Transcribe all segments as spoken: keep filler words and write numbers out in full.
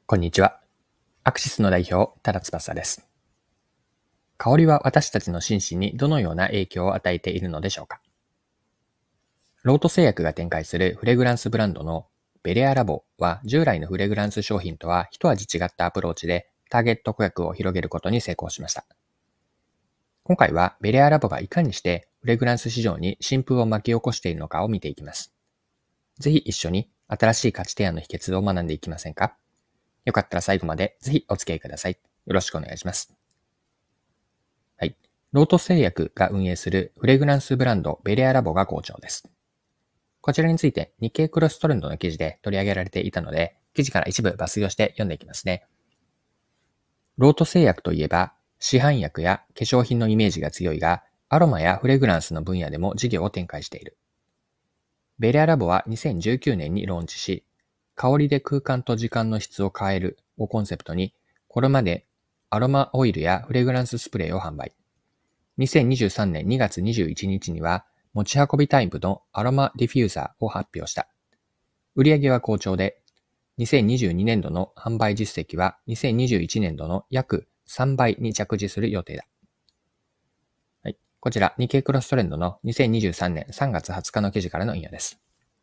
こんにちは。アクシスの代表、多田翼です。香りは私たちの心身にどのような影響を与えているのでしょうか。ロート製薬が展開するフレグランスブランドのベレアラボは従来のフレグランス商品とは一味違ったアプローチでターゲット顧客を広げることに成功しました。今回はベレアラボがいかにしてフレグランス市場に新風を巻き起こしているのかを見ていきます。ぜひ一緒に新しい価値提案の秘訣を学んでいきませんか。よかったら最後までぜひお付き合いください。よろしくお願いします。はい。ロート製薬が運営するフレグランスブランドベレアラボが好調です。こちらについて日経クロストレンドの記事で取り上げられていたので、記事から一部抜粋をして読んでいきますね。ロート製薬といえば、市販薬や化粧品のイメージが強いが、アロマやフレグランスの分野でも事業を展開している。ベレアラボはにせんじゅうきゅうねんにローンチし、香りで空間と時間の質を変えるをコンセプトに、これまでアロマオイルやフレグランススプレーを販売。にせんにじゅうさんねんにがつにじゅういちにちには持ち運びタイプのアロマディフューザーを発表した。売上は好調で、にせんにじゅうにねんどの販売実績はにせんにじゅういちねんどの約さんばいに着地する予定だ。はい、こちら日経クロストレンドのにせんにじゅうさんねんさんがつはつかの記事からの引用です。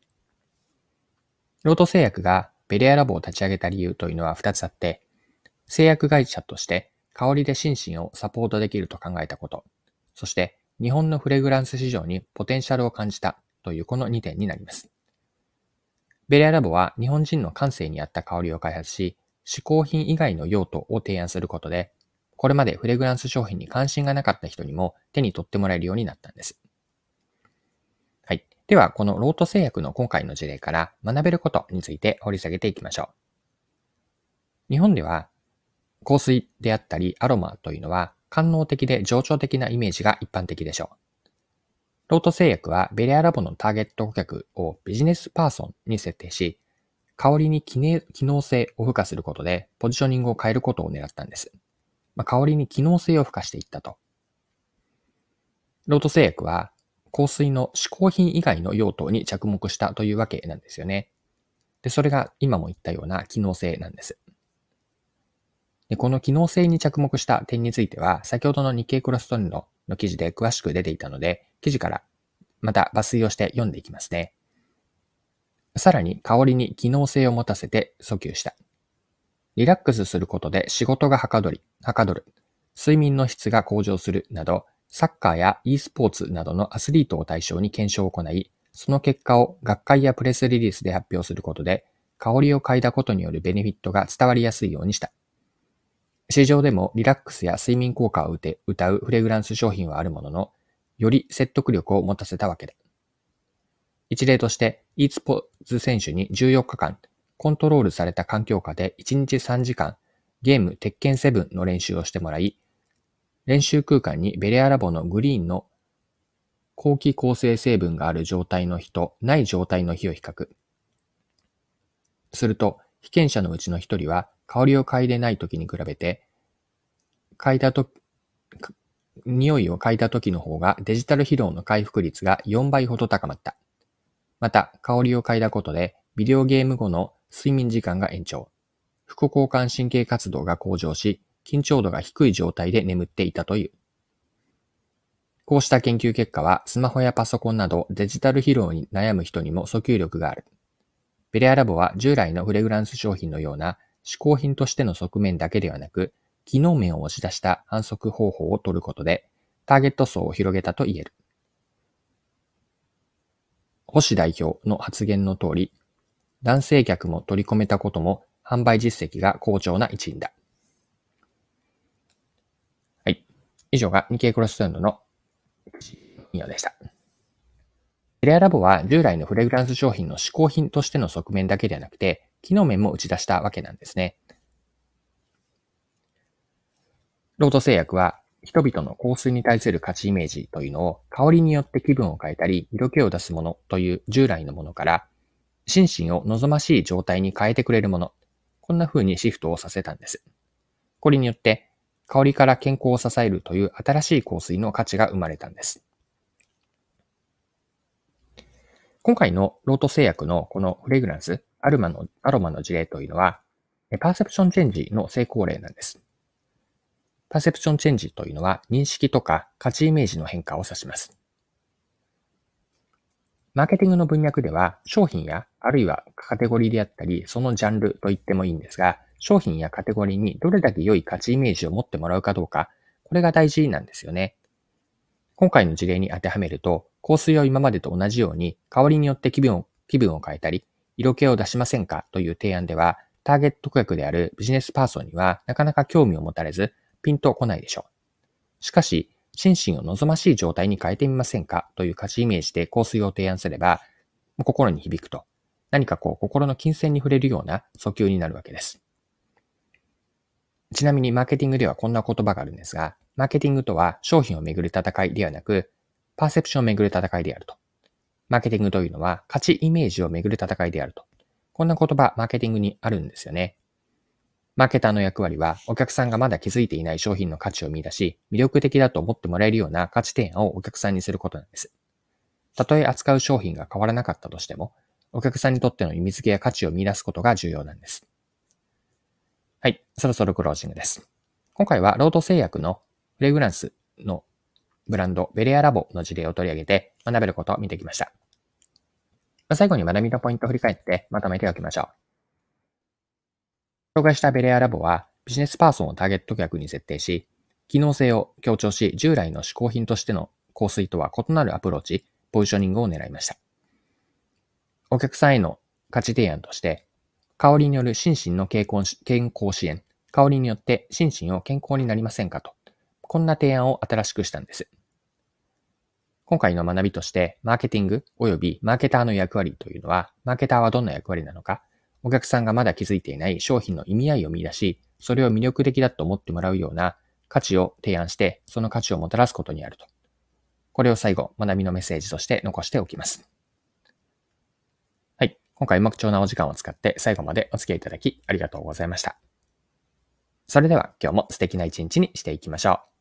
ロート製薬がベレアラボを立ち上げた理由というのはふたつあって、製薬会社として香りで心身をサポートできると考えたこと、そして日本のフレグランス市場にポテンシャルを感じたというこのにてんになります。ベレアラボは日本人の感性に合った香りを開発し、嗜好品以外の用途を提案することで、これまでフレグランス商品に関心がなかった人にも手に取ってもらえるようになったんです。はい。では、このロート製薬の今回の事例から学べることについて掘り下げていきましょう。日本では香水であったりアロマというのは官能的で情緒的なイメージが一般的でしょう。ロート製薬はベレアラボのターゲット顧客をビジネスパーソンに設定し、香りに機能性を付加することでポジショニングを変えることを狙ったんです。まあ、香りに機能性を付加していったと。ロート製薬は香水の嗜好品以外の用途に着目したというわけなんですよね。で、それが今も言ったような機能性なんです。で、この機能性に着目した点については、先ほどの日経クロストレンドの記事で詳しく出ていたので、記事からまた抜粋をして読んでいきますね。さらに、香りに機能性を持たせて訴求した。リラックスすることで仕事がはかどり、はかどる。睡眠の質が向上するなど、サッカーや e スポーツなどのアスリートを対象に検証を行い、その結果を学会やプレスリリースで発表することで、香りを嗅いだことによるベネフィットが伝わりやすいようにした。市場でもリラックスや睡眠効果を謳うフレグランス商品はあるものの、より説得力を持たせたわけだ。一例として、e スポーツ選手にじゅうよっかかん、コントロールされた環境下でいちにちさんじかん、ゲーム鉄拳セブンの練習をしてもらい、練習空間にベレアラボのグリーンの後期構成成分がある状態の日とない状態の日を比較。すると、被験者のうちの一人は、香りを嗅いでない時に比べて、嗅いだと、匂いを嗅いだ時の方がデジタル疲労の回復率がよんばいほど高まった。また、香りを嗅いだことで、ビデオゲーム後の睡眠時間が延長。副交感神経活動が向上し、緊張度が低い状態で眠っていたという。こうした研究結果は、スマホやパソコンなどデジタル疲労に悩む人にも訴求力がある。ベレアラボは従来のフレグランス商品のような嗜好品としての側面だけではなく、機能面を押し出した販促方法を取ることで、ターゲット層を広げたと言える。星代表の発言の通り、男性客も取り込めたことも販売実績が好調な一因だ。はい。以上が日経クロストレンドの引用でした。ベレアラボは従来のフレグランス商品の嗜好品としての側面だけではなくて、機能面も打ち出したわけなんですね。ロート製薬は人々の香水に対する価値イメージというのを香りによって気分を変えたり色気を出すものという従来のものから心身を望ましい状態に変えてくれるもの、こんな風にシフトをさせたんです。これによって香りから健康を支えるという新しい香水の価値が生まれたんです。今回のロート製薬のこのフレグランス、アロマの、アロマの事例というのはパーセプションチェンジの成功例なんです。パーセプションチェンジというのは認識とか価値イメージの変化を指します。マーケティングの文脈では商品やあるいはカテゴリーであったりそのジャンルと言ってもいいんですが、商品やカテゴリーにどれだけ良い価値イメージを持ってもらうかどうか、これが大事なんですよね。今回の事例に当てはめると、香水を今までと同じように香りによって気分を気分を変えたり、色気を出しませんかという提案では、ターゲット顧客であるビジネスパーソンにはなかなか興味を持たれず、ピンとこないでしょう。しかし、心身を望ましい状態に変えてみませんかという価値イメージで香水を提案すれば、心に響くと。何かこう、心の金銭に触れるような訴求になるわけです。ちなみにマーケティングではこんな言葉があるんですが、マーケティングとは商品をめぐる戦いではなく、パーセプションをめぐる戦いであると。マーケティングというのは価値イメージをめぐる戦いであると。こんな言葉、マーケティングにあるんですよね。マーケターの役割は、お客さんがまだ気づいていない商品の価値を見出し、魅力的だと思ってもらえるような価値提案をお客さんにすることなんです。たとえ扱う商品が変わらなかったとしても、お客さんにとっての意味付けや価値を見出すことが重要なんです。はい、そろそろクロージングです。今回はロード製薬のフレグランスのブランドベレアラボの事例を取り上げて学べることを見てきました。最後に学びのポイントを振り返ってまとめておきましょう。紹介したベレアラボはビジネスパーソンをターゲット顧客に設定し、機能性を強調し、従来の嗜好品としての香水とは異なるアプローチ、ポジショニングを狙いました。お客さんへの価値提案として、香りによる心身の健康支援、香りによって心身を健康になりませんかと、こんな提案を新しくしたんです。今回の学びとして、マーケティング及びマーケターの役割というのは、マーケターはどんな役割なのか、お客さんがまだ気づいていない商品の意味合いを見出し、それを魅力的だと思ってもらうような価値を提案して、その価値をもたらすことにあると。これを最後、学びのメッセージとして残しておきます。はい。今回も貴重なお時間を使って最後までお付き合いいただきありがとうございました。それでは今日も素敵な一日にしていきましょう。